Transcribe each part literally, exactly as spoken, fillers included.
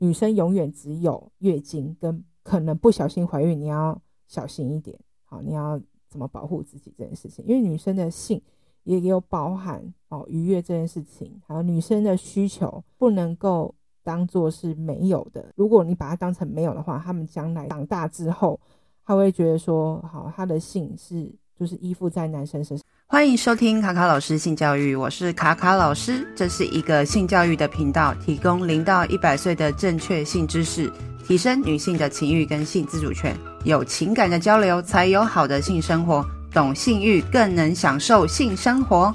女生永远只有月经跟可能不小心怀孕，你要小心一点，好，你要怎么保护自己这件事情。因为女生的性也有包含哦愉悦这件事情，还有女生的需求不能够当作是没有的。如果你把它当成没有的话，他们将来长大之后，他会觉得说，好，他的性是就是依附在男生身上。 欢迎收听卡卡老师性教育，我是卡卡老师，这是一个性教育的频道，提供零到一百岁的正确性知识，提升女性的情欲跟性自主权，有情感的交流才有好的性生活，懂性欲更能享受性生活。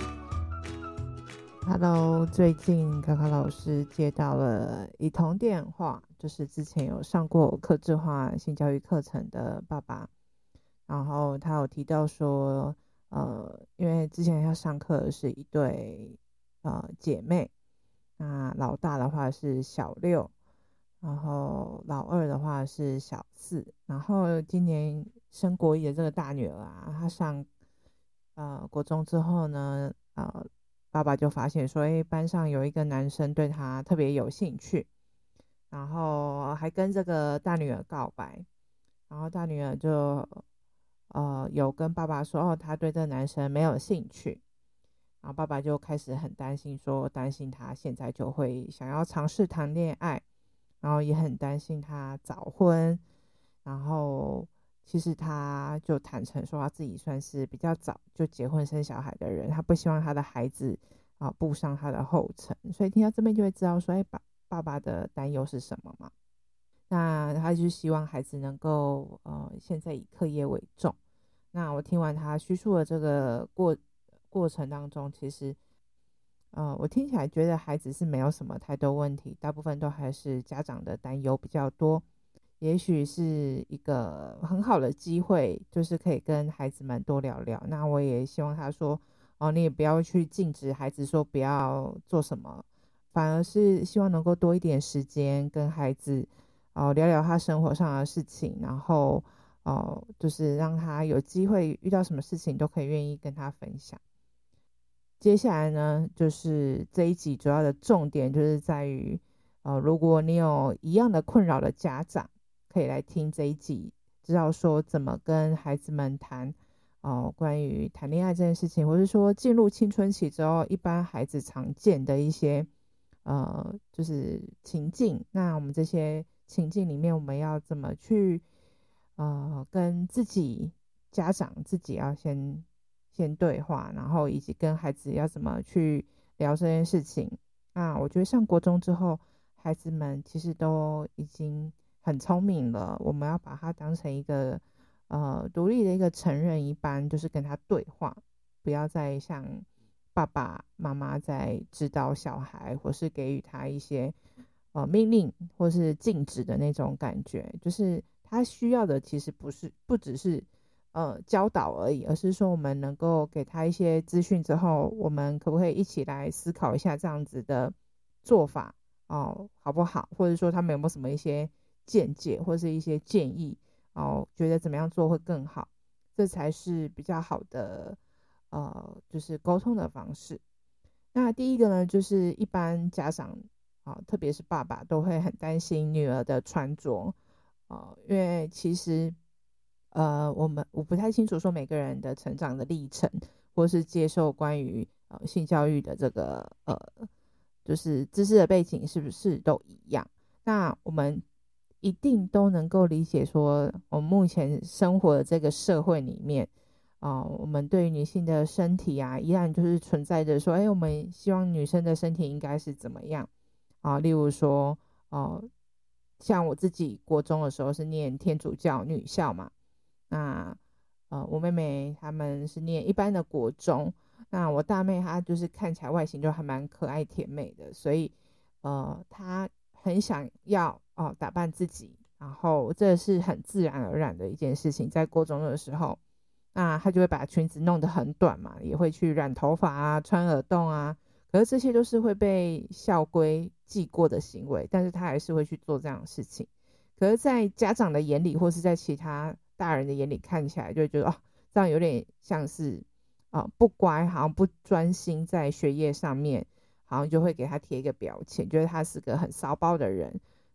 Hello， 最近卡卡老师接到了一通电话，就是之前有上过客制化性教育课程的爸爸，然后他有提到说呃，因为之前要上课的是一对呃姐妹，那老大的话是小六，然后老二的话是小四，然后今年升国一的这个大女儿啊，她上呃国中之后呢，呃爸爸就发现说，哎，班上有一个男生对她特别有兴趣，然后还跟这个大女儿告白，然后大女儿就呃有跟爸爸说，哦，他对这个男生没有兴趣，然后爸爸就开始很担心说，担心他现在就会想要尝试谈恋爱，然后也很担心他早婚，然后其实他就坦诚说他自己算是比较早就结婚生小孩的人，他不希望他的孩子啊步上他的后尘，所以听到这边就会知道说，哎，爸爸爸的担忧是什么嘛。那他就希望孩子能够呃现在以课业为重。那我听完他叙述的这个过过程当中，其实呃我听起来觉得孩子是没有什么太多问题，大部分都还是家长的担忧比较多。也许是一个很好的机会，就是可以跟孩子们多聊聊。那我也希望他说哦，你也不要去禁止孩子说不要做什么，反而是希望能够多一点时间跟孩子哦聊聊他生活上的事情，然后哦就是让他有机会遇到什么事情都可以愿意跟他分享。接下来呢，就是这一集主要的重点就是在于呃如果你有一样的困扰的家长，可以来听这一集，知道说怎么跟孩子们谈哦、呃关于谈恋爱这件事情，或是说进入青春期之后一般孩子常见的一些呃就是情境，那我们这些情境里面我们要怎么去呃跟自己家长自己要先先对话，然后以及跟孩子要怎么去聊这件事情。那我觉得上国中之后，孩子们其实都已经很聪明了，我们要把他当成一个呃独立的一个成人一般，就是跟他对话，不要再像爸爸妈妈在指导小孩，或是给予他一些呃命令或是禁止的那种感觉。就是他需要的其实不是不只是呃教导而已，而是说我们能够给他一些资讯之后，我们可不可以一起来思考一下这样子的做法哦好不好，或者说他们有没有什么一些见解或是一些建议哦，觉得怎么样做会更好，这才是比较好的呃就是沟通的方式。那第一个呢，就是一般家长啊，特别是爸爸都会很担心女儿的穿着啊，因为其实呃，我们我不太清楚说每个人的成长的历程，或是接受关于呃性教育的这个呃，就是知识的背景是不是都一样？那我们一定都能够理解说，我们目前生活的这个社会里面，啊、呃，我们对于女性的身体啊，依然就是存在着说，哎，我们希望女生的身体应该是怎么样啊？例如说，哦、呃，像我自己国中的时候是念天主教女校嘛。那呃，我妹妹她们是念一般的国中，那我大妹她就是看起来外形就还蛮可爱甜美的，所以呃，她很想要哦、呃打扮自己，然后这是很自然而然的一件事情，在国中的时候，那她就会把裙子弄得很短嘛，也会去染头发啊，穿耳洞啊，可是这些都是会被校规记过的行为，但是她还是会去做这样的事情。可是在家长的眼里或是在其他大人的眼里看起来就会觉得哦，这样有点像是呃不乖，好像不专心在学业上面，好像就会给他贴一个标签，觉得他是个很骚包的人。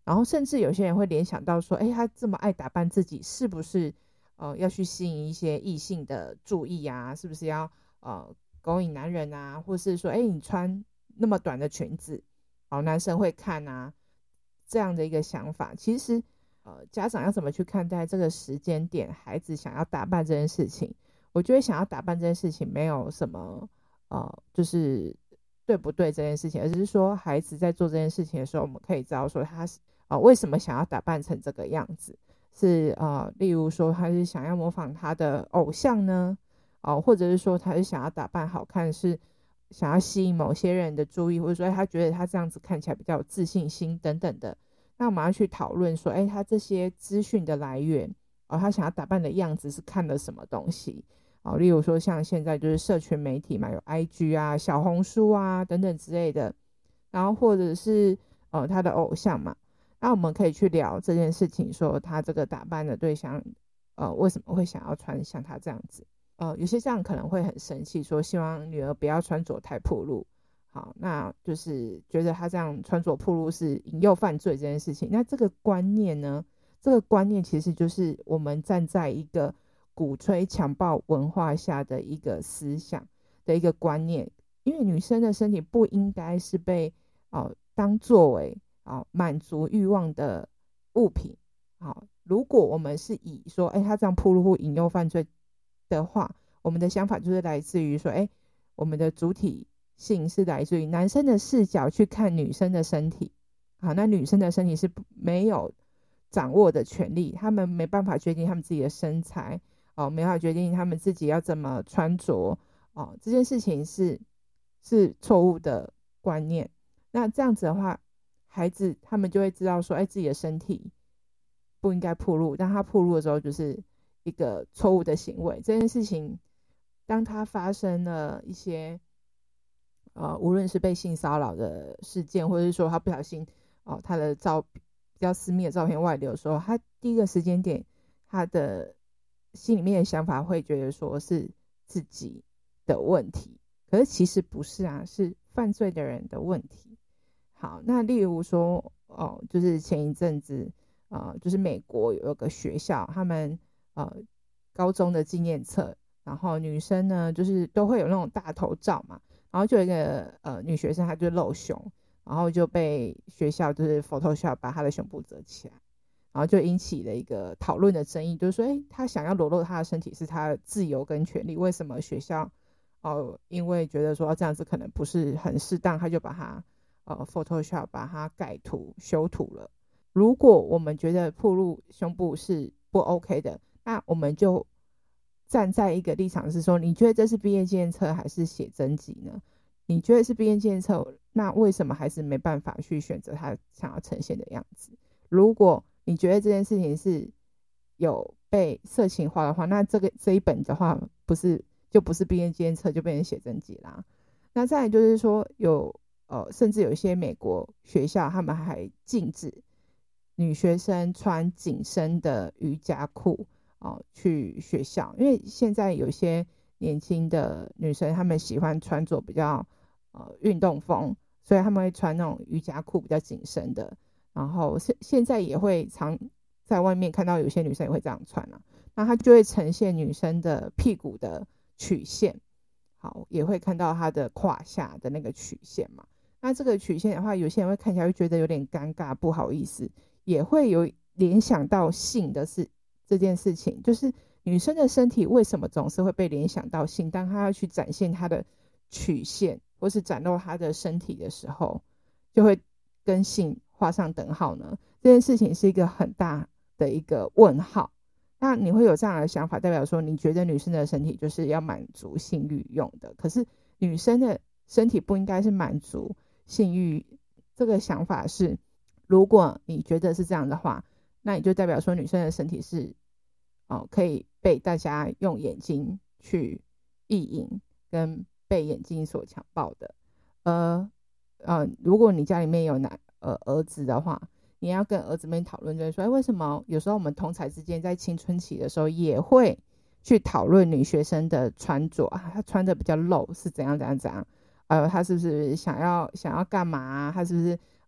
然后甚至有些人会联想到说，哎，他这么爱打扮自己，是不是呃要去吸引一些异性的注意啊？是不是要呃勾引男人啊？或是说，哎，你穿那么短的裙子，好，男生会看啊？这样的一个想法，其实呃家长要怎么去看待这个时间点，孩子想要打扮这件事情？我觉得想要打扮这件事情没有什么呃就是对不对这件事情，而是说孩子在做这件事情的时候，我们可以知道说他是呃为什么想要打扮成这个样子，是呃例如说他是想要模仿他的偶像呢，哦、呃，或者是说他是想要打扮好看，是想要吸引某些人的注意，或者说他觉得他这样子看起来比较有自信心等等的。那我们要去讨论说，哎，他这些资讯的来源，哦，他想要打扮的样子是看了什么东西？哦，例如说像现在就是社群媒体嘛，有 I G 啊、小红书啊等等之类的，然后或者是呃他的偶像嘛，那我们可以去聊这件事情，说他这个打扮的对象，呃为什么会想要穿像他这样子？呃，有些家长可能会很生气，说希望女儿不要穿着太暴露，好，那就是觉得他这样穿着暴露是引诱犯罪这件事情。那这个观念呢？这个观念其实就是我们站在一个鼓吹强暴文化下的一个思想的一个观念，因为女生的身体不应该是被哦当作为哦满足欲望的物品。好，如果我们是以说，哎，他这样暴露或引诱犯罪的话，我们的想法就是来自于说，哎，我们的主体性是来自于男生的视角去看女生的身体。好，那女生的身体是没有掌握的权利，他们没办法决定他们自己的身材，哦，没办法决定他们自己要怎么穿着，哦，这件事情是是错误的观念。那这样子的话，孩子他们就会知道说，哎，自己的身体不应该暴露，当他暴露的时候，就是一个错误的行为。这件事情，当他发生了一些呃，无论是被性骚扰的事件，或者是说他不小心哦，他的照比较私密的照片外流的时候，他第一个时间点，他的心里面的想法会觉得说是自己的问题，可是其实不是啊，是犯罪的人的问题。好，那例如说哦，就是前一阵子呃，就是美国有个学校，他们呃高中的纪念册，然后女生呢就是都会有那种大头照嘛。然后就有一个呃女学生，她就露胸，然后就被学校就是 Photoshop 把她的胸部折起来，然后就引起了一个讨论的争议，就是说，哎，她想要裸露她的身体是她的自由跟权利，为什么学校哦、呃、因为觉得说这样子可能不是很适当，她就把它呃 Photoshop 把它改图修图了。如果我们觉得暴露胸部是不 OK 的，那我们就站在一个立场是说，你觉得这是毕业纪念册还是写真集呢？你觉得是毕业纪念册，那为什么还是没办法去选择他想要呈现的样子？如果你觉得这件事情是有被色情化的话，那这个这一本的话不是就不是毕业纪念册，就变成写真集啦。那再来就是说有呃，甚至有一些美国学校他们还禁止女学生穿紧身的瑜伽裤哦，去学校，因为现在有些年轻的女生，她们喜欢穿着比较呃运动风，所以她们会穿那种瑜伽裤比较紧身的，然后现现在也会常在外面看到有些女生也会这样穿啊，那它就会呈现女生的屁股的曲线，好，也会看到她的胯下的那个曲线嘛。那这个曲线的话，有些人会看起来会觉得有点尴尬，不好意思，也会有联想到性的事。这件事情就是女生的身体为什么总是会被联想到性，当她要去展现她的曲线或是展露她的身体的时候，就会跟性画上等号呢？这件事情是一个很大的一个问号。那你会有这样的想法，代表说你觉得女生的身体就是要满足性欲用的，可是女生的身体不应该是满足性欲。这个想法是，如果你觉得是这样的话，那你就代表说女生的身体是哦，可以被大家用眼睛去意淫跟被眼睛所强暴的。呃呃，如果你家里面有男呃儿子的话，你要跟儿子们讨论，就是说，哎，为什么有时候我们同侪之间在青春期的时候也会去讨论女学生的穿着啊，她穿的比较露是怎样怎样怎样，呃，她是不是想要想要干嘛啊？她是不是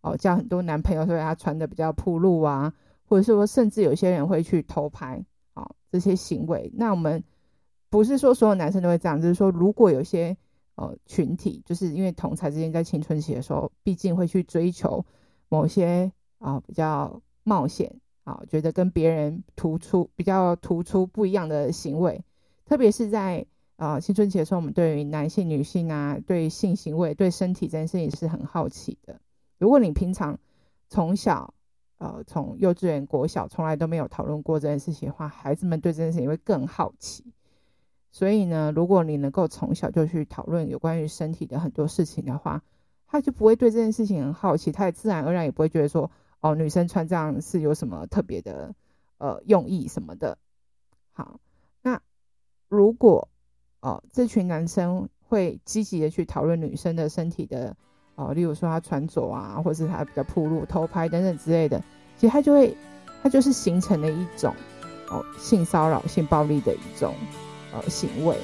哦交很多男朋友，所以他穿的比较暴露啊，或者说甚至有些人会去偷拍，哦这些行为。那我们不是说所有男生都会这样，就是说如果有些呃群体，就是因为同才之间在青春期的时候，毕竟会去追求某些啊、呃、比较冒险啊、呃，觉得跟别人突出比较突出不一样的行为，特别是在呃青春期的时候，我们对于男性、女性啊，对性行为、对身体这件事情是很好奇的。如果你平常从小呃从幼稚园、国小从来都没有讨论过这件事情的话，孩子们对这件事情会更好奇。所以呢，如果你能够从小就去讨论有关于身体的很多事情的话，他就不会对这件事情很好奇，他也自然而然也不会觉得说，哦，女生穿这样是有什么特别的呃用意什么的。好，那如果哦这群男生会积极的去讨论女生的身体的哦，例如说他穿着啊，或是他比较暴露、偷拍等等之类的，其实他就会他就是形成了一种哦性骚扰、性暴力的一种呃行为。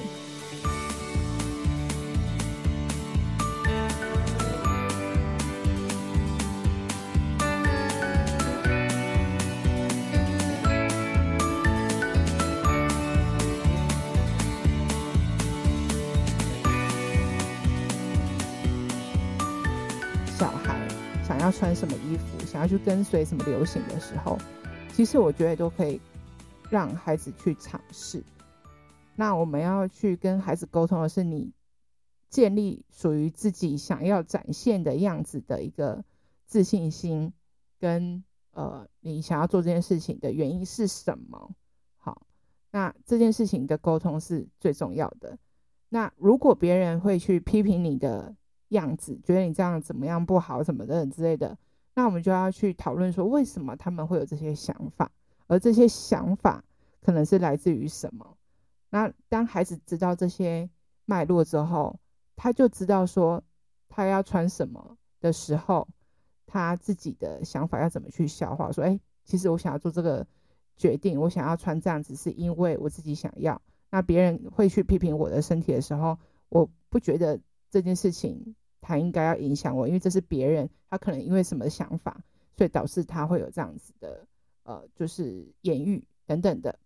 小孩想要穿什么衣服，想要去跟随什么流行的时候，其实我觉得都可以让孩子去尝试。那我们要去跟孩子沟通的是，你建立属于自己想要展现的样子的一个自信心，跟呃你想要做这件事情的原因是什么。好，那这件事情的沟通是最重要的。那如果别人会去批评你的样子，觉得你这样怎么样不好什么的之类的，那我们就要去讨论说为什么他们会有这些想法，而这些想法可能是来自于什么。那当孩子知道这些脉络之后，他就知道说他要穿什么的时候，他自己的想法要怎么去消化，说哎，其实我想要做这个决定，我想要穿这样子是因为我自己想要。那别人会去批评我的身体的时候，我不觉得这件事情他应该要影响我，因为这是别人他可能因为什么想法，所以导致他会有这样子的呃就是言语等等的。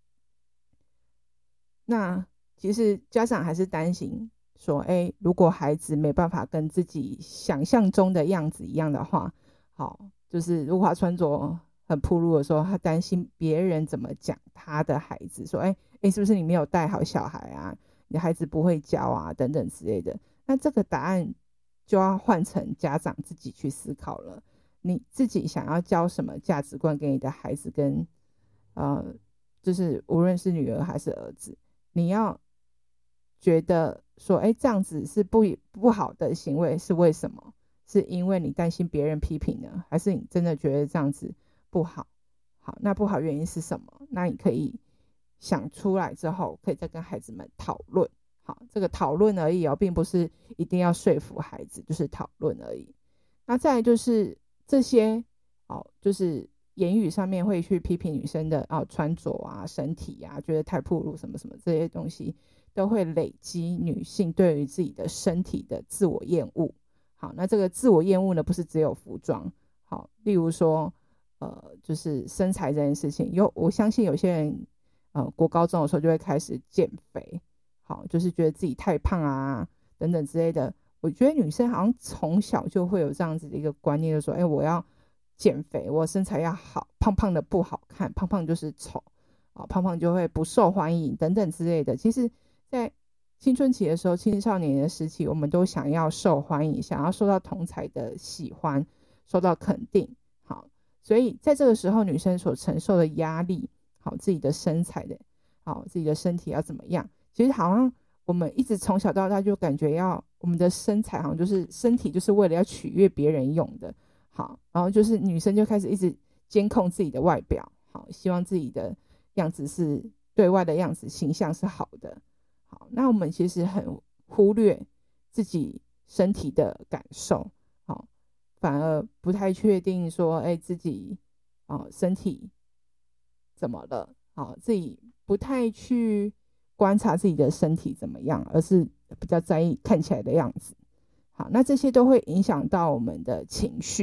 那其实家长还是担心说，哎，如果孩子没办法跟自己想象中的样子一样的话，好，就是如果他穿着很暴露的时候，他担心别人怎么讲他的孩子，说，哎，哎，是不是你没有带好小孩啊？你的孩子不会教啊，等等之类的。那这个答案就要换成家长自己去思考了。你自己想要教什么价值观给你的孩子，跟呃，就是无论是女儿还是儿子，你要觉得说，哎，这样子是不不好的行为，是为什么？是因为你担心别人批评呢，还是你真的觉得这样子不好？好，那不好原因是什么？那你可以想出来之后，可以再跟孩子们讨论。好，这个讨论而已哦，并不是一定要说服孩子，就是讨论而已。那再来就是这些哦，就是言语上面会去批评女生的哦穿着啊、身体啊，觉得太暴露什么什么这些东西，都会累积女性对于自己的身体的自我厌恶。好，那这个自我厌恶呢，不是只有服装，好，例如说呃，就是身材这件事情，有我相信有些人呃国高中的时候就会开始减肥，好，就是觉得自己太胖啊等等之类的。我觉得女生好像从小就会有这样子的一个观念，就说，哎，我要减肥，我身材要好，胖胖的不好看，胖胖就是丑，啊，胖胖就会不受欢迎等等之类的。其实，在青春期的时候，青少年的时期，我们都想要受欢迎，想要受到同侪的喜欢，受到肯定。好，所以在这个时候，女生所承受的压力，好，自己的身材的，好，自己的身体要怎么样？其实好像我们一直从小到大就感觉要我们的身材好像就是身体就是为了要取悦别人用的。好，然后就是女生就开始一直监控自己的外表，好，希望自己的样子是对外的样子形象是好的。好，那我们其实很忽略自己身体的感受，好，反而不太确定说，哎，自己哦身体怎么了？好，自己不太去观察自己的身体怎么样，而是比较在意看起来的样子。好，那这些都会影响到我们的情绪。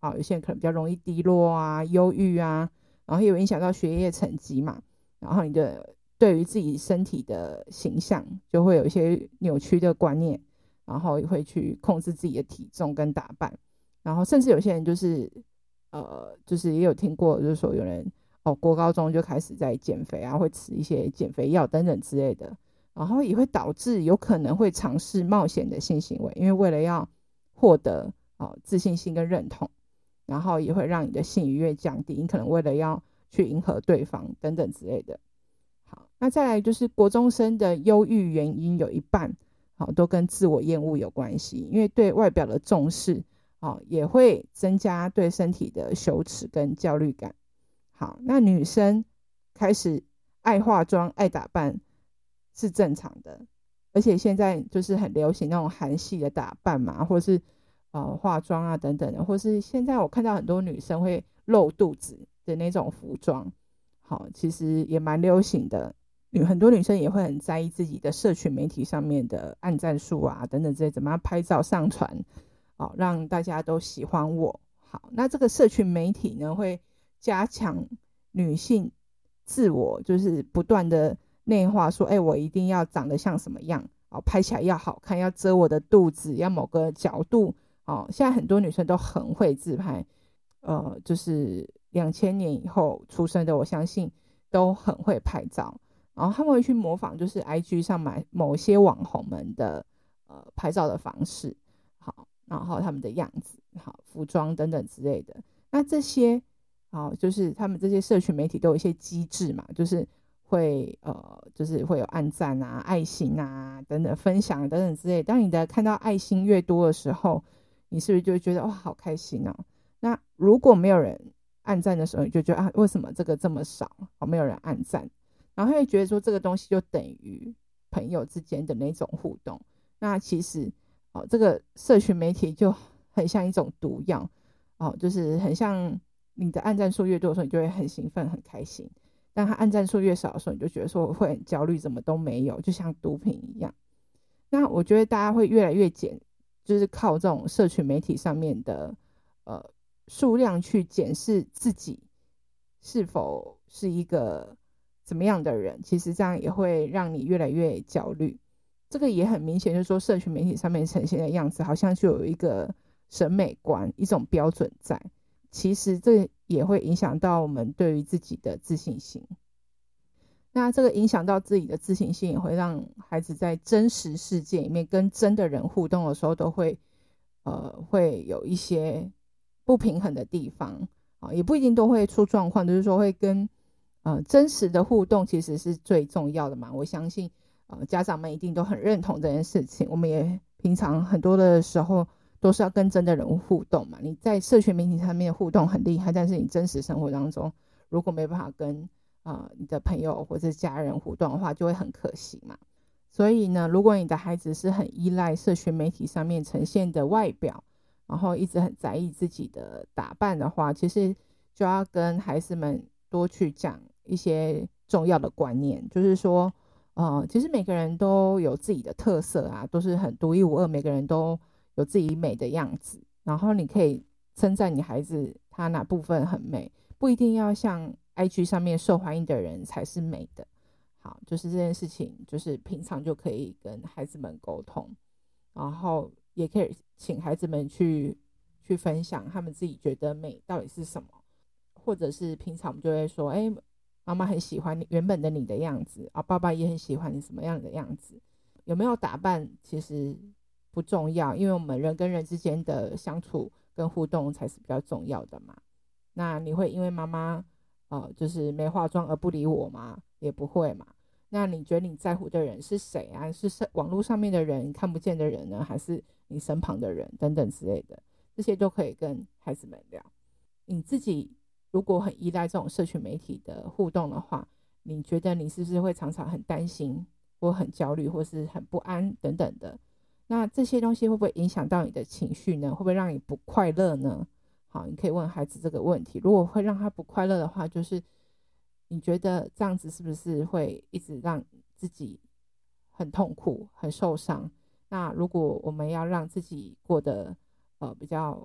啊，有些人可能比较容易低落啊、忧郁啊，然后也有影响到学业成绩嘛，然后你的对于自己身体的形象就会有一些扭曲的观念，然后也会去控制自己的体重跟打扮，然后甚至有些人就是呃，就是也有听过，就是说有人哦，国高中就开始在减肥啊，会吃一些减肥药等等之类的，然后也会导致有可能会尝试冒险的性行为，因为为了要获得、哦、自信心跟认同，然后也会让你的性愉悦降低，你可能为了要去迎合对方等等之类的。好，那再来就是国中生的忧郁原因有一半、哦、都跟自我厌恶有关系，因为对外表的重视、哦、也会增加对身体的羞耻跟焦虑感。好，那女生开始爱化妆爱打扮是正常的，而且现在就是很流行那种韩系的打扮嘛，或是呃化妆啊等等的，或是现在我看到很多女生会露肚子的那种服装，好，其实也蛮流行的。女很多女生也会很在意自己的社群媒体上面的按赞数啊等等这些，怎么样拍照上传，好，让大家都喜欢我。好，那这个社群媒体呢，会加强女性自我，就是不断的内化说，哎、欸，我一定要长得像什么样，哦，拍起来要好看，要遮我的肚子，要某个角度，哦，现在很多女生都很会自拍，呃，就是两千年以后出生的，我相信都很会拍照，然后他们会去模仿，就是 I G 上买某些网红们的呃拍照的方式，好，然后他们的样子，好，服装等等之类的。那这些好，就是他们这些社群媒体都有一些机制嘛，就是会呃，就是会有按赞啊、爱心啊等等分享等等之类的。当你的看到爱心越多的时候，你是不是就会觉得哇好开心哦？那如果没有人按赞的时候，你就觉得啊为什么这个这么少？哦，没有人按赞，然后会觉得说这个东西就等于朋友之间的那种互动。那其实哦，这个社群媒体就很像一种毒药哦，就是很像你的按赞数越多的时候，你就会很兴奋很开心，但他按赞数越少的时候，你就觉得说我会很焦虑，怎么都没有，就像毒品一样。那我觉得大家会越来越减，就是靠这种社群媒体上面的呃数量去检视自己是否是一个怎么样的人，其实这样也会让你越来越焦虑。这个也很明显，就是说社群媒体上面呈现的样子好像就有一个审美观，一种标准在，其实这也会影响到我们对于自己的自信心。那这个影响到自己的自信心，也会让孩子在真实世界里面跟真的人互动的时候，都会呃会有一些不平衡的地方啊，也不一定都会出状况，就是说会跟呃真实的互动其实是最重要的嘛。我相信呃家长们一定都很认同这件事情。我们也平常很多的时候都是要跟真的人物互动嘛。你在社群媒体上面的互动很厉害，但是你真实生活当中如果没办法跟呃，你的朋友或者家人互动的话，就会很可惜嘛。所以呢，如果你的孩子是很依赖社群媒体上面呈现的外表，然后一直很在意自己的打扮的话，其实就要跟孩子们多去讲一些重要的观念，就是说呃，其实每个人都有自己的特色啊，都是很独一无二，每个人都有自己美的样子，然后你可以称赞你孩子他哪部分很美，不一定要像I G 上面受欢迎的人才是美的。好，就是这件事情就是平常就可以跟孩子们沟通，然后也可以请孩子们去去分享他们自己觉得美到底是什么，或者是平常我们就会说，哎，妈妈很喜欢你原本的你的样子啊，爸爸也很喜欢你什么样的样子。有没有打扮其实不重要，因为我们人跟人之间的相处跟互动才是比较重要的嘛。那你会因为妈妈呃，就是没化妆而不理我吗？也不会嘛。那你觉得你在乎的人是谁啊？是网络上面的人，看不见的人呢，还是你身旁的人等等之类的？这些都可以跟孩子们聊。你自己如果很依赖这种社群媒体的互动的话，你觉得你是不是会常常很担心或很焦虑或是很不安等等的？那这些东西会不会影响到你的情绪呢？会不会让你不快乐呢？好，你可以问孩子这个问题。如果会让他不快乐的话，就是你觉得这样子是不是会一直让自己很痛苦很受伤？那如果我们要让自己过得呃比较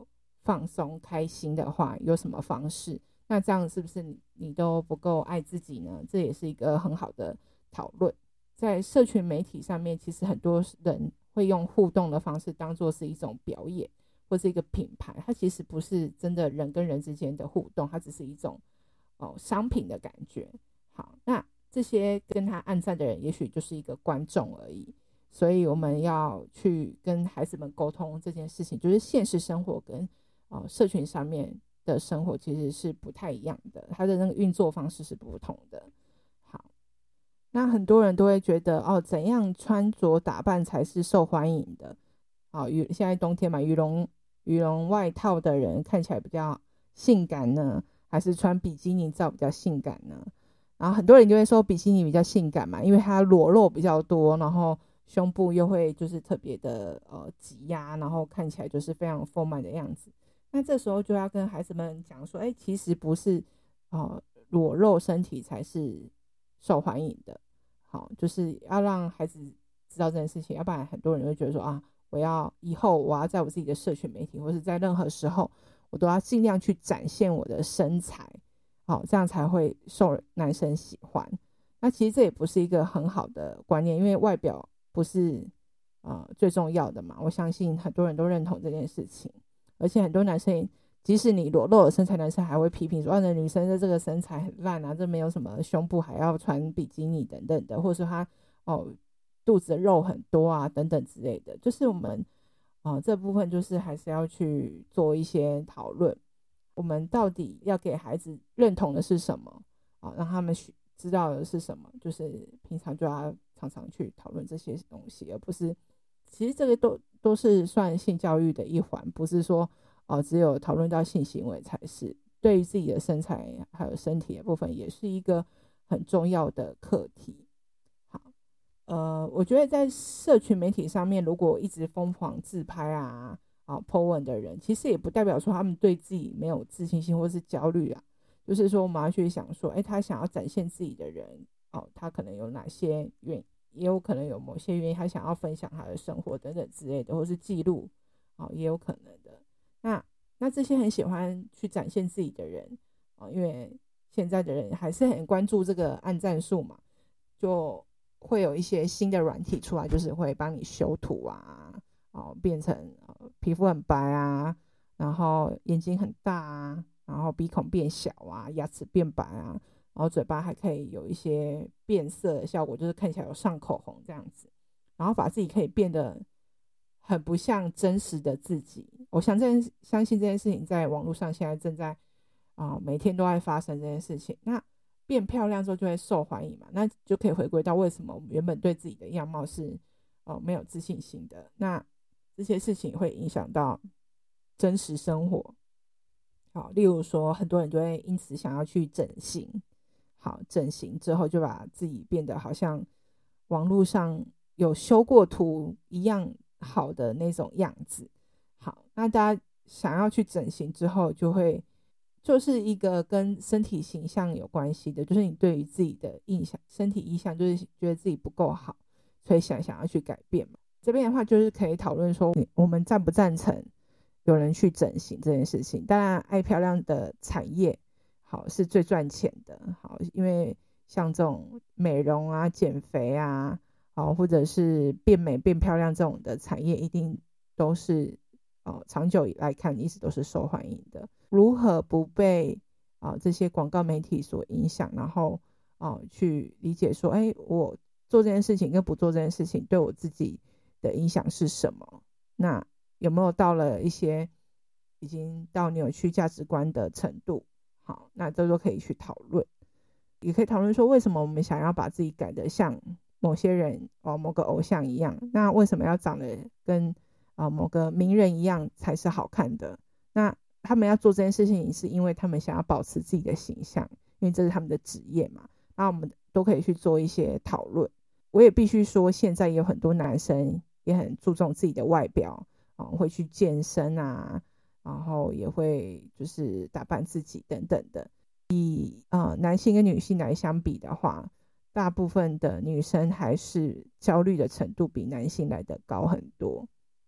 放松开心的话，有什么方式？那这样是不是 你, 你都不够爱自己呢？这也是一个很好的讨论。在社群媒体上面，其实很多人会用互动的方式当作是一种表演或是一个品牌，它其实不是真的人跟人之间的互动，它只是一种、哦、商品的感觉。好，那这些跟他按赞的人也许就是一个观众而已，所以我们要去跟孩子们沟通这件事情，就是现实生活跟、呃、社群上面的生活其实是不太一样的，它的那个运作方式是不同的。好，那很多人都会觉得哦，怎样穿着打扮才是受欢迎的？好，羽现在冬天嘛，羽绒羽绒外套的人看起来比较性感呢，还是穿比基尼照比较性感呢？然后很多人就会说比基尼比较性感嘛，因为它裸露比较多，然后胸部又会就是特别的呃挤压，然后看起来就是非常丰满的样子。那这时候就要跟孩子们讲说，哎，其实不是呃裸露身体才是受欢迎的。好，就是要让孩子知道这件事情，要不然很多人会觉得说啊，我要以后我要在我自己的社群媒体或是在任何时候，我都要尽量去展现我的身材。好，这样才会受男生喜欢。那其实这也不是一个很好的观念，因为外表不是呃最重要的嘛。我相信很多人都认同这件事情，而且很多男生即使你裸露的身材，男生还会批评说，啊，那女生的这个身材很烂啊，这没有什么胸部还要穿比基尼等等的，或者说他哦肚子的肉很多啊等等之类的。就是我们呃这部分就是还是要去做一些讨论。我们到底要给孩子认同的是什么、哦、让他们知道的是什么，就是平常就要常常去讨论这些东西，而不是其实这个都都是算性教育的一环，不是说、哦、只有讨论到性行为才是。对于自己的身材还有身体的部分也是一个很重要的课题。好，呃，我觉得在社群媒体上面，如果一直疯狂自拍啊啊 po 文的人，其实也不代表说他们对自己没有自信心或是焦虑啊。就是说我们要去想说，哎，他想要展现自己的人哦，他可能有哪些原因，也有可能有某些原因，他想要分享他的生活等等之类的，或是记录哦，也有可能的。那那这些很喜欢去展现自己的人哦，因为现在的人还是很关注这个按赞数嘛，就会有一些新的软体出来，就是会帮你修图啊，哦，变成、呃、皮肤很白啊，然后眼睛很大啊，然后鼻孔变小啊，牙齿变白啊，然后嘴巴还可以有一些变色的效果，就是看起来有上口红这样子，然后把自己可以变得很不像真实的自己。我相信相信这件事情在网络上现在正在、呃、每天都在发生这件事情。那变漂亮之后就会受欢迎嘛，那就可以回归到为什么我们原本对自己的样貌是、呃、没有自信心的。那这些事情会影响到真实生活。好，例如说很多人就会因此想要去整形。好，整形之后就把自己变得好像网络上有修过图一样好的那种样子。好，那大家想要去整形之后就会就是一个跟身体形象有关系的，就是你对于自己的印象身体印象就是觉得自己不够好，所以想想要去改变嘛。这边的话就是可以讨论说我们赞不赞成有人去整形这件事情。当然爱漂亮的产业好是最赚钱的。好，因为像这种美容啊减肥啊好或者是变美变漂亮这种的产业一定都是、哦、长久以来看一直都是受欢迎的。如何不被、呃、这些广告媒体所影响，然后、呃、去理解说哎，我做这件事情跟不做这件事情对我自己的影响是什么，那有没有到了一些已经到扭曲价值观的程度。好，那这都可以去讨论。也可以讨论说为什么我们想要把自己改得像某些人、哦、某个偶像一样，那为什么要长得跟、呃、某个名人一样才是好看的。那他们要做这件事情是因为他们想要保持自己的形象，因为这是他们的职业嘛。那我们都可以去做一些讨论。我也必须说现在也有很多男生也很注重自己的外表、呃、会去健身啊，然后也会就是打扮自己等等的。以、呃、男性跟女性来相比的话，大部分的女生还是焦虑的程度比男性来的高很多。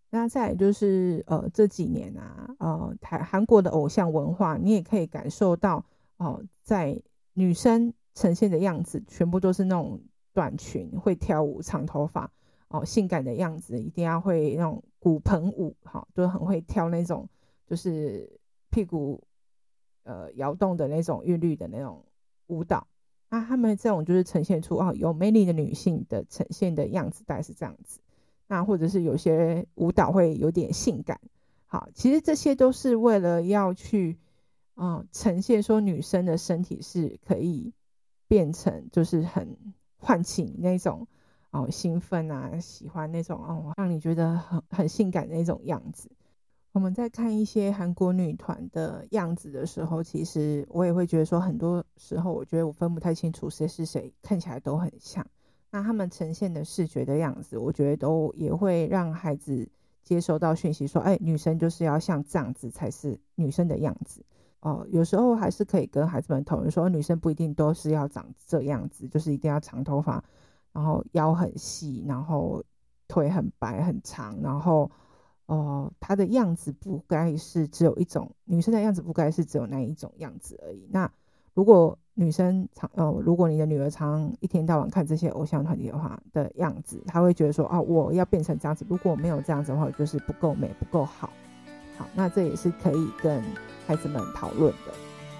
那再来就是呃这几年啊，呃台韩国的偶像文化，你也可以感受到哦、呃，在女生呈现的样子全部都是那种短裙，会跳舞，长头发哦、呃，性感的样子，一定要会那种骨盆舞，哈、哦，就很会跳那种就是屁股呃摇动的那种韵律的那种舞蹈。那他们这种就是呈现出哦有魅力的女性的呈现的样子大概是这样子。那或者是有些舞蹈会有点性感，好，其实这些都是为了要去嗯呈现说女生的身体是可以变成就是很唤起那种哦兴奋啊，喜欢那种哦让你觉得很很性感的那种样子。我们在看一些韩国女团的样子的时候，其实我也会觉得说很多时候我觉得我分不太清楚谁是谁，看起来都很像。那他们呈现的视觉的样子，我觉得都也会让孩子接收到讯息说，哎，女生就是要像这样子才是女生的样子。哦，有时候还是可以跟孩子们讨论说，女生不一定都是要长这样子，就是一定要长头发，然后腰很细，然后腿很白很长，然后哦，她的样子不该是只有一种，女生的样子不该是只有那一种样子而已。那如果女生常呃，如果你的女儿常一天到晚看这些偶像团体的话的样子，她会觉得说啊，我要变成这样子，如果没有这样子的话，我就是不够美不够好。好，那这也是可以跟孩子们讨论的。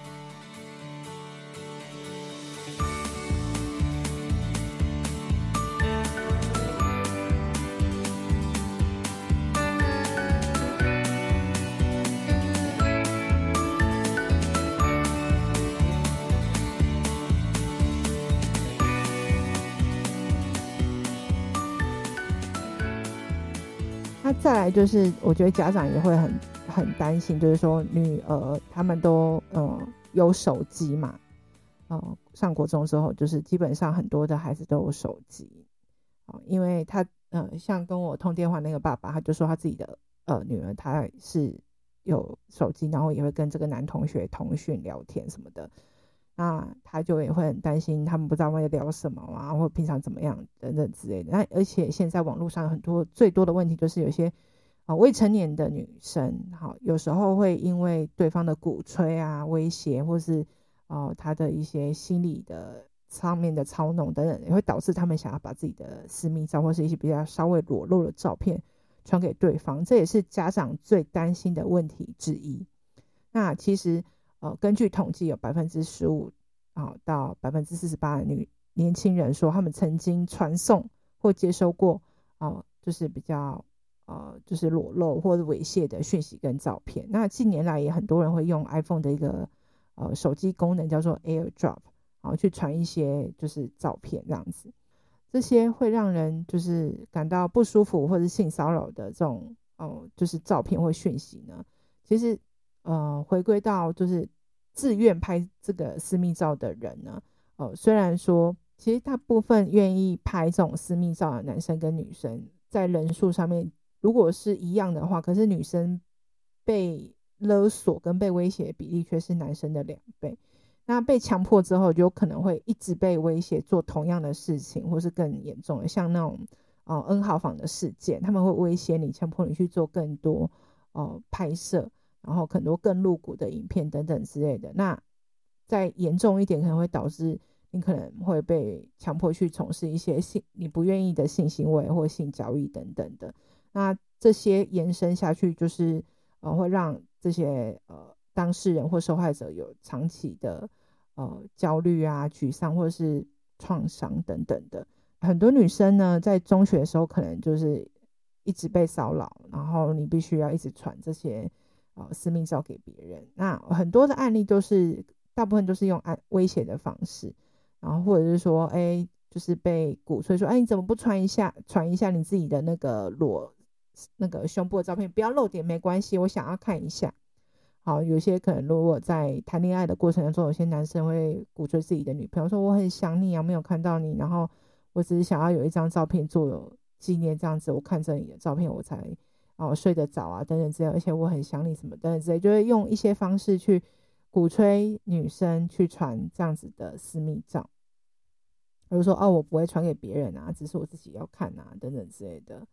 那再来就是我觉得家长也会很很担心，就是说女儿他们都呃有手机嘛，呃上国中之后就是基本上很多的孩子都有手机，呃、因为他呃像跟我通电话那个爸爸，他就说他自己的呃女儿他是有手机，然后也会跟这个男同学通讯聊天什么的。那他就也会很担心他们不知道在聊什么啊，或平常怎么样等等之类的。那而且现在网络上很多最多的问题就是有些、呃、未成年的女生，好，有时候会因为对方的鼓吹啊、威胁，或是呃他的一些心理的上面的操弄等等，也会导致他们想要把自己的私密照或是一些比较稍微裸露的照片传给对方，这也是家长最担心的问题之一。那其实呃，根据统计，有百分之十五啊到百分之四十八的女年轻人说，他们曾经传送或接收过啊、呃，就是比较呃，就是裸露或者猥亵的讯息跟照片。那近年来也很多人会用 iPhone 的一个呃手机功能叫做 AirDrop， 然后去传一些就是照片这样子。这些会让人就是感到不舒服或者性骚扰的这种哦、呃，就是照片或讯息呢，其实。呃，回归到就是自愿拍这个私密照的人呢，呃，虽然说其实大部分愿意拍这种私密照的男生跟女生，在人数上面如果是一样的话，可是女生被勒索跟被威胁的比例却是男生的两倍。那被强迫之后，就有可能会一直被威胁做同样的事情，或是更严重的，像那种呃 N 号房的事件，他们会威胁你，强迫你去做更多呃拍摄。然后很多更露骨的影片等等之类的，那再严重一点可能会导致你可能会被强迫去从事一些性你不愿意的性行为或性交易等等的。那这些延伸下去就是呃会让这些呃当事人或受害者有长期的呃焦虑啊、沮丧或者是创伤等等的。很多女生呢在中学的时候可能就是一直被骚扰，然后你必须要一直传这些呃，私密照给别人。那很多的案例都是大部分都是用按威胁的方式，然后或者是说哎就是被鼓吹说哎你怎么不传一下传一下你自己的那个裸那个胸部的照片，不要露点没关系，我想要看一下。好，有些可能如果在谈恋爱的过程当中，有些男生会鼓吹自己的女朋友说我很想你啊，没有看到你，然后我只是想要有一张照片做纪念，这样子我看着你的照片我才哦，睡得早啊，等等之类，而且我很想你什么等等之类，就会用一些方式去鼓吹女生去传这样子的私密照，比如说哦，我不会传给别人啊，只是我自己要看啊，等等之类的。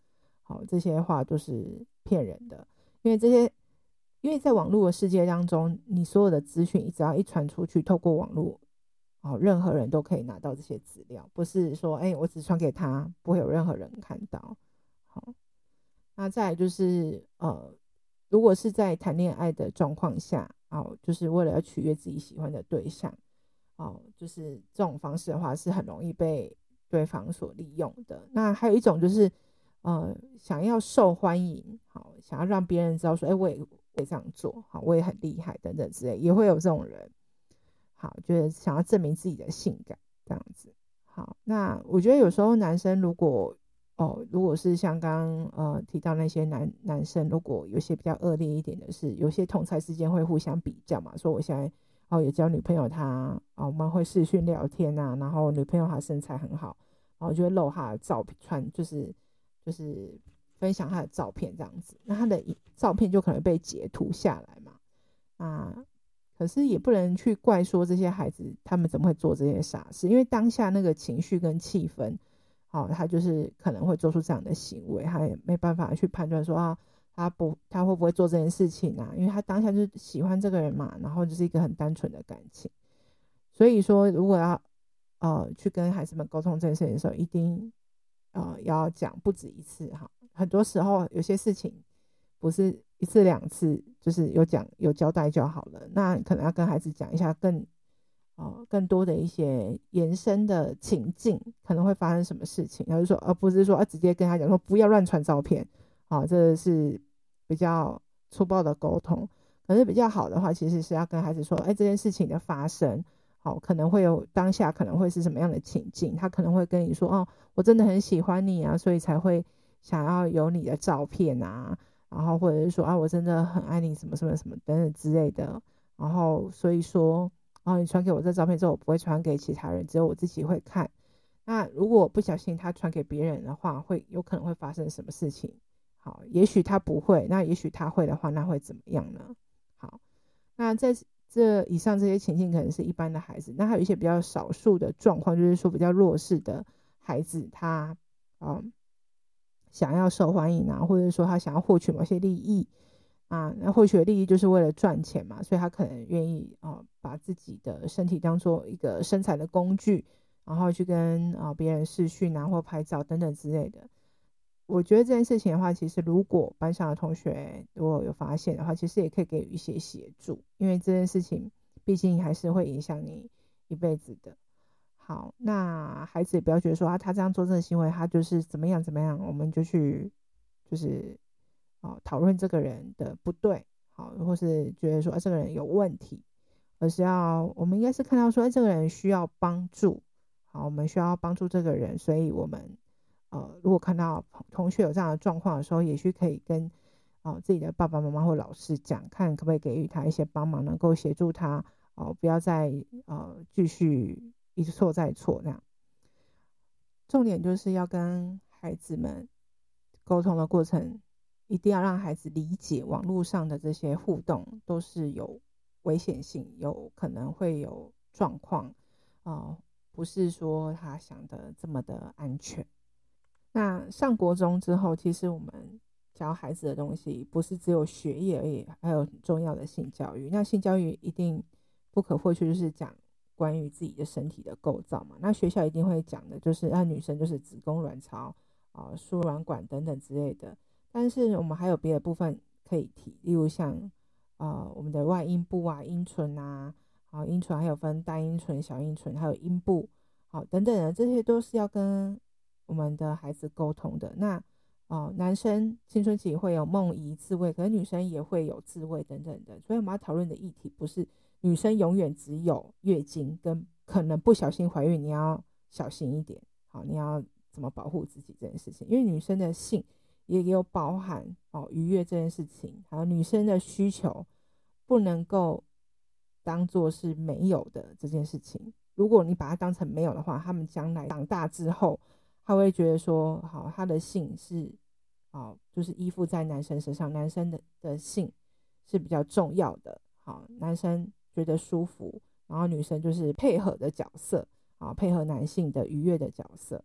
好，这些话都是骗人的，因为这些因为在网络的世界当中，你所有的资讯只要一传出去，透过网络，哦，任何人都可以拿到这些资料，不是说哎、欸，我只传给他，不会有任何人看到。好，那再来就是呃，如果是在谈恋爱的状况下，哦，就是为了要取悦自己喜欢的对象，哦，就是这种方式的话，是很容易被对方所利用的。那还有一种就是，呃，想要受欢迎，好，想要让别人知道说，哎、欸，我也我也这样做，好，我也很厉害等等之类，也会有这种人。好，就是想要证明自己的性感这样子。好，那我觉得有时候男生如果哦，如果是像刚刚呃提到那些男男生，如果有些比较恶劣一点的是，有些同才之间会互相比较嘛，说我现在哦有交女朋友他，哦我们会视讯聊天啊，然后女朋友她身材很好，然后就会露她的照片，传就是就是分享她的照片这样子，那她的照片就可能被截图下来嘛，啊。可是也不能去怪说这些孩子他们怎么会做这些傻事，因为当下那个情绪跟气氛，好、哦，他就是可能会做出这样的行为，他也没办法去判断说啊，他不他会不会做这件事情啊？因为他当下就喜欢这个人嘛，然后就是一个很单纯的感情。所以说，如果要呃去跟孩子们沟通这件事情的时候，一定呃要讲不止一次哈。很多时候有些事情不是一次两次，就是有讲有交代就好了。那可能要跟孩子讲一下更呃更多的一些延伸的情境，可能会发生什么事情，然后就说而不是说啊直接跟他讲说不要乱传照片，好、哦，这是比较粗暴的沟通。可是比较好的话，其实是要跟孩子说，哎，这件事情的发生。好，可能会有当下可能会是什么样的情境，他可能会跟你说，哦，我真的很喜欢你啊，所以才会想要有你的照片啊，然后或者是说啊，我真的很爱你，什么什么什么等等之类的，然后所以说，哦，你传给我这照片之后，我不会传给其他人，只有我自己会看。那如果不小心他传给别人的话，会有可能会发生什么事情？好，也许他不会，那也许他会的话，那会怎么样呢？好，那在这以上这些情境可能是一般的孩子，那还有一些比较少数的状况，就是说比较弱势的孩子，他嗯想要受欢迎啊，或者说他想要获取某些利益啊，那获取的利益就是为了赚钱嘛，所以他可能愿意啊把自己的身体当做一个生财的工具，然后去跟啊别人视讯啊或拍照等等之类的。我觉得这件事情的话，其实如果班上的同学如果有发现的话，其实也可以给予一些协助，因为这件事情毕竟还是会影响你一辈子的。好，那孩子也不要觉得说啊，他这样做这个行为，他就是怎么样怎么样，我们就去就是哦讨论这个人的不对，好，或是觉得说啊这个人有问题，而是要我们应该是看到说，哎，这个人需要帮助，好，我们需要帮助这个人，所以我们。呃，如果看到同学有这样的状况的时候，也许可以跟呃自己的爸爸妈妈或老师讲，看可不可以给予他一些帮忙，能够协助他哦、呃，不要再呃继续一错再错那样。重点就是要跟孩子们沟通的过程，一定要让孩子理解网络上的这些互动都是有危险性，有可能会有状况，呃，不是说他想的这么的安全。那上国中之后，其实我们教孩子的东西不是只有学业而已，还有很重要的性教育。那性教育一定不可或缺，就是讲关于自己的身体的构造嘛。那学校一定会讲的，就是那、啊、女生就是子宫、卵巢啊、呃、输卵管等等之类的。但是我们还有别的部分可以提，例如像呃我们的外阴部啊、阴唇啊，好、阴唇还有分大阴唇、小阴唇，还有阴部，好、等等的，这些都是要跟我们的孩子沟通的。那哦，男生青春期会有梦遗、自慰，可是女生也会有自慰等等的。所以我们要讨论的议题不是女生永远只有月经跟可能不小心怀孕，你要小心一点，好，你要怎么保护自己这件事情。因为女生的性也有包含哦愉悦这件事情，还有女生的需求不能够当做是没有的这件事情。如果你把它当成没有的话，他们将来长大之后，他会觉得说，好，他的性是，好，就是依附在男生身上，男生的的性是比较重要的，好，男生觉得舒服，然后女生就是配合的角色，好，配合男性的愉悦的角色。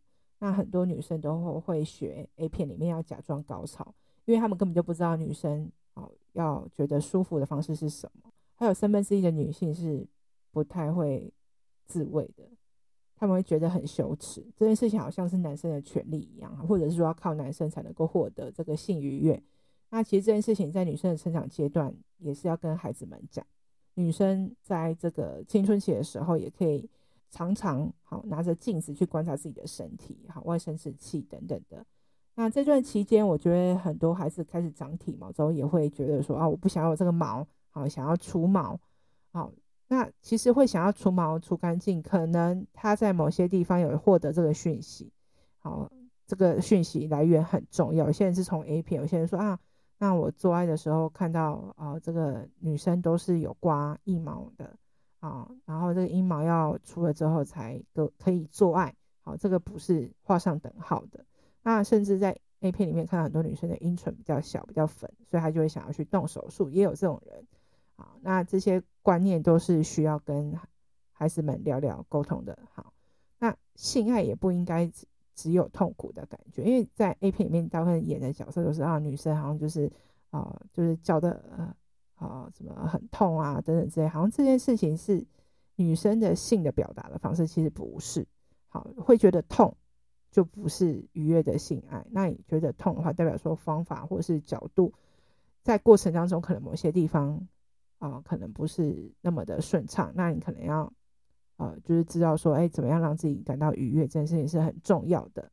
那很多女生都会学 A 片里面要假装高潮，因为他们根本就不知道女生、哦、要觉得舒服的方式是什么。还有三分之一的女性是不太会自慰的，他们会觉得很羞耻，这件事情好像是男生的权利一样，或者是说要靠男生才能够获得这个性愉悦。那其实这件事情在女生的成长阶段也是要跟孩子们讲，女生在这个青春期的时候也可以常常好拿着镜子去观察自己的身体，好外生殖器等等的。那这段期间我觉得很多孩子开始长体毛之后也会觉得说啊，我不想要有这个毛，好想要除毛。好，那其实会想要除毛除干净，可能他在某些地方有获得这个讯息，好，这个讯息来源很重要。有些人是从 A 片，有些人说啊，那我做爱的时候看到啊，这个女生都是有刮腋毛的啊，然后这个阴毛要除了之后才可以做爱，好，这个不是画上等号的。那甚至在 A 片里面看到很多女生的阴唇比较小比较粉，所以她就会想要去动手术，也有这种人。好，那这些观念都是需要跟孩子们聊聊沟通的。好，那性爱也不应该 只, 只有痛苦的感觉，因为在 A 片里面大部分演的角色都是啊，女生好像就是啊、呃，就是叫的呃啊什么很痛啊等等之类，好像这件事情是女生的性的表达的方式，其实不是。好，会觉得痛就不是愉悦的性爱。那你觉得痛的话，代表说方法或是角度在过程当中可能某些地方啊、呃，可能不是那么的顺畅，那你可能要呃，就是知道说，哎，怎么样让自己感到愉悦，这件事情是很重要的。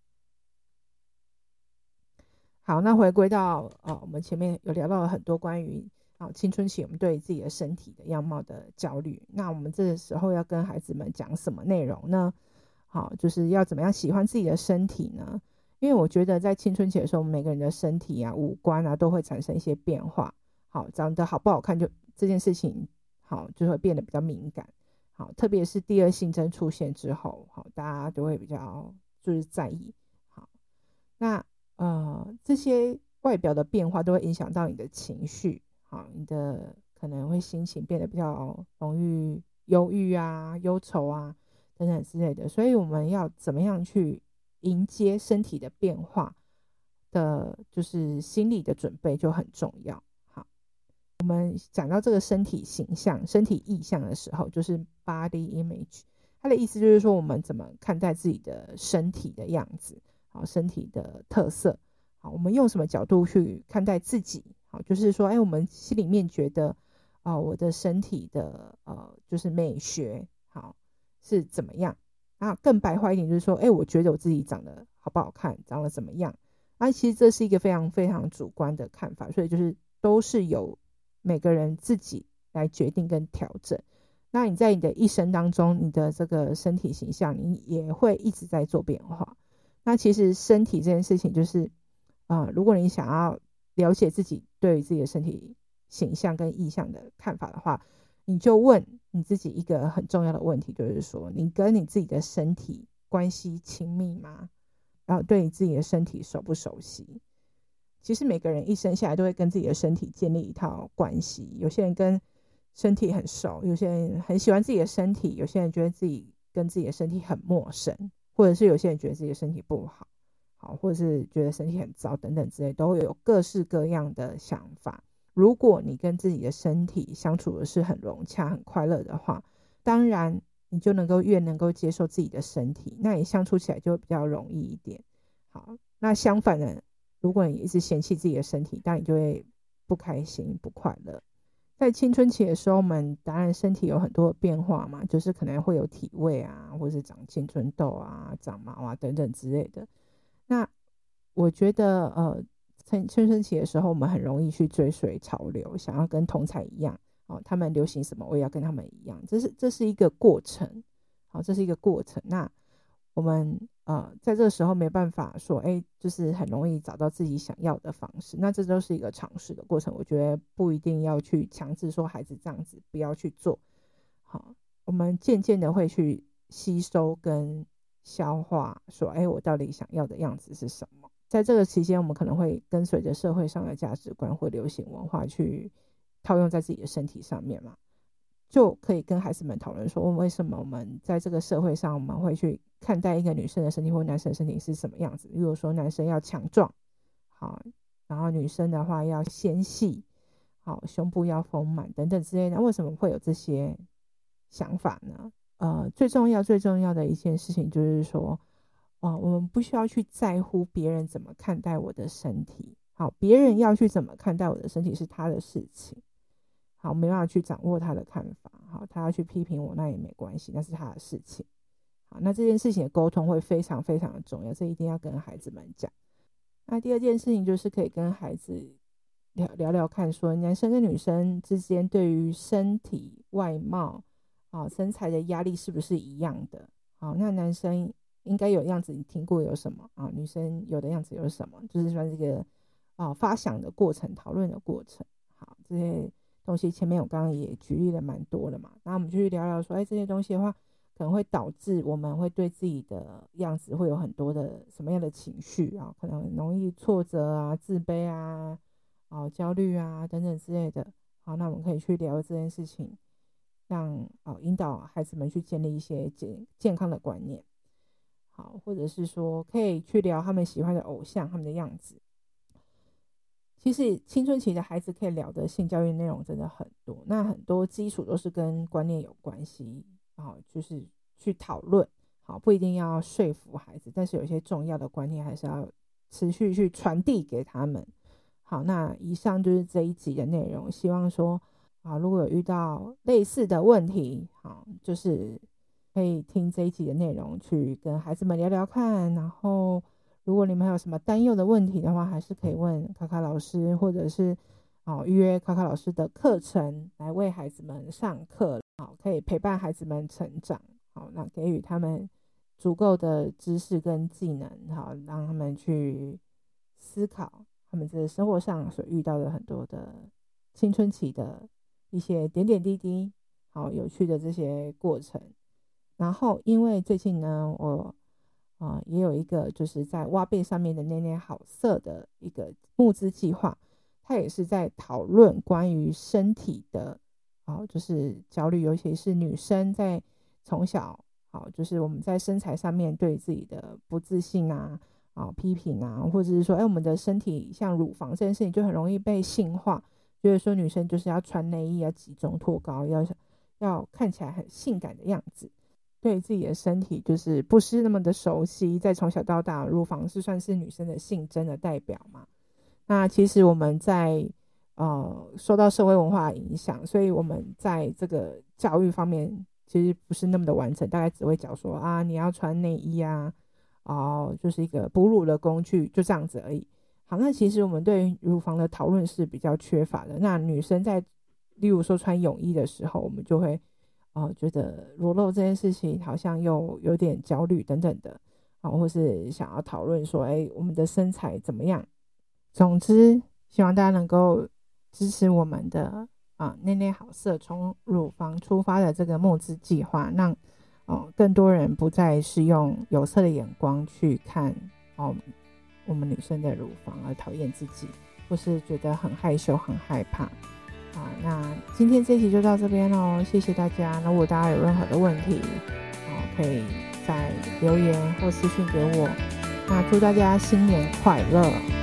好，那回归到呃，我们前面有聊到了很多关于啊、呃、青春期我们对自己的身体的样貌的焦虑。那我们这个时候要跟孩子们讲什么内容呢？好，就是要怎么样喜欢自己的身体呢？因为我觉得在青春期的时候，每个人的身体啊、五官啊都会产生一些变化。好，长得好不好看就这件事情，好就会变得比较敏感。好，特别是第二性征出现之后，好，大家就会比较就是在意。好，那呃这些外表的变化都会影响到你的情绪。好，你的可能会心情变得比较容易忧郁啊、忧愁啊等等之类的，所以我们要怎么样去迎接身体的变化的，就是心理的准备就很重要。好，我们讲到这个身体形象、身体意象的时候，就是 body image， 它的意思就是说我们怎么看待自己的身体的样子，好，身体的特色，好，我们用什么角度去看待自己，好，就是说，哎，我们心里面觉得啊、呃，我的身体的呃，就是美学，好。是怎么样啊？更白话一点就是说，哎，我觉得我自己长得好不好看，长得怎么样啊？其实这是一个非常非常主观的看法，所以就是都是由每个人自己来决定跟调整。那你在你的一生当中，你的这个身体形象，你也会一直在做变化。那其实身体这件事情，就是啊、呃，如果你想要了解自己对于自己的身体形象跟意象的看法的话，你就问你自己一个很重要的问题，就是说你跟你自己的身体关系亲密吗？然后对你自己的身体熟不熟悉？其实每个人一生下来都会跟自己的身体建立一套关系，有些人跟身体很熟，有些人很喜欢自己的身体，有些人觉得自己跟自己的身体很陌生，或者是有些人觉得自己的身体不好，好，或者是觉得身体很糟等等之类，都会有各式各样的想法。如果你跟自己的身体相处的是很融洽很快乐的话，当然你就能够越能够接受自己的身体，那你相处起来就会比较容易一点。好，那相反的，如果你一直嫌弃自己的身体，当然你就会不开心不快乐。在青春期的时候，我们当然身体有很多变化嘛，就是可能会有体味啊，或是长青春痘啊、长毛啊等等之类的。那我觉得呃青春期的时候，我们很容易去追随潮流，想要跟同侪一样，哦，他们流行什么，我也要跟他们一样，这是这是一个过程，好，这是一个过程。那我们呃在这个时候没办法说，哎，就是很容易找到自己想要的方式，那这都是一个尝试的过程。我觉得不一定要去强制说孩子这样子不要去做，好，我们渐渐的会去吸收跟消化，说，哎，我到底想要的样子是什么。在这个期间，我们可能会跟随着社会上的价值观或流行文化去套用在自己的身体上面嘛， 就可以跟孩子们讨论说，为什么我们在这个社会上我们会去看待一个女生的身体或男生的身体是什么样子。例如说男生要强壮，好，然后女生的话要纤细，好，胸部要丰满等等之类的。为什么会有这些想法呢？呃，最重要最重要的一件事情就是说，呃，我们不需要去在乎别人怎么看待我的身体。好，别人要去怎么看待我的身体是他的事情。好，没办法去掌握他的看法。好，他要去批评我那也没关系，那是他的事情。好，那这件事情的沟通会非常非常的重要，这一定要跟孩子们讲。那第二件事情就是可以跟孩子聊聊聊看，说男生跟女生之间对于身体外貌、啊、身材的压力是不是一样的？好，那男生应该有样子，你听过有什么啊？女生有的样子有什么？就是说这个啊发想的过程、讨论的过程。好，这些东西前面我刚刚也举例了蛮多的嘛。然后我们就去聊聊说，哎，这些东西的话，可能会导致我们会对自己的样子会有很多的什么样的情绪啊？可能容易挫折啊、自卑啊、啊焦虑啊等等之类的。好，那我们可以去聊这件事情，让啊引导孩子们去建立一些健健康的观念。好，或者是说可以去聊他们喜欢的偶像、他们的样子。其实青春期的孩子可以聊的性教育内容真的很多，那很多基础都是跟观念有关系，好，就是去讨论，好，不一定要说服孩子，但是有些重要的观念还是要持续去传递给他们。好，那以上就是这一集的内容，希望说啊，如果有遇到类似的问题，好，就是可以听这一集的内容去跟孩子们聊聊看，然后如果你们还有什么担忧的问题的话，还是可以问卡卡老师，或者是、哦、预约卡卡老师的课程来为孩子们上课，好，可以陪伴孩子们成长，好，那给予他们足够的知识跟技能，好，让他们去思考他们在生活上所遇到的很多的青春期的一些点点滴滴，好，有趣的这些过程。然后因为最近呢，我呃也有一个就是在挖贝上面的内内好色的一个募资计划，它也是在讨论关于身体的，好，就是焦虑，尤其是女生在从小，好，就是我们在身材上面对自己的不自信啊，啊批评啊，或者是说，哎，我们的身体像乳房这件事情就很容易被性化，觉得说女生就是要穿内衣，要集中托高，要要看起来很性感的样子。对自己的身体就是不是那么的熟悉，在从小到大，乳房是算是女生的性征的代表嘛。那其实我们在呃受到社会文化影响，所以我们在这个教育方面其实不是那么的完整，大概只会讲说啊你要穿内衣啊，哦、就是一个哺乳的工具，就这样子而已。好，那其实我们对乳房的讨论是比较缺乏的。那女生在例如说穿泳衣的时候，我们就会哦，觉得裸露这件事情好像又有点焦虑等等的，哦，或是想要讨论说，哎，我们的身材怎么样？总之，希望大家能够支持我们的啊内内好色从乳房出发的这个募资计划，让哦更多人不再是用有色的眼光去看哦我们女生的乳房而讨厌自己，或是觉得很害羞、很害怕。好，那今天这一集就到这边咯，谢谢大家。那如果大家有任何的问题，哦，可以在留言或私讯给我。那祝大家新年快乐！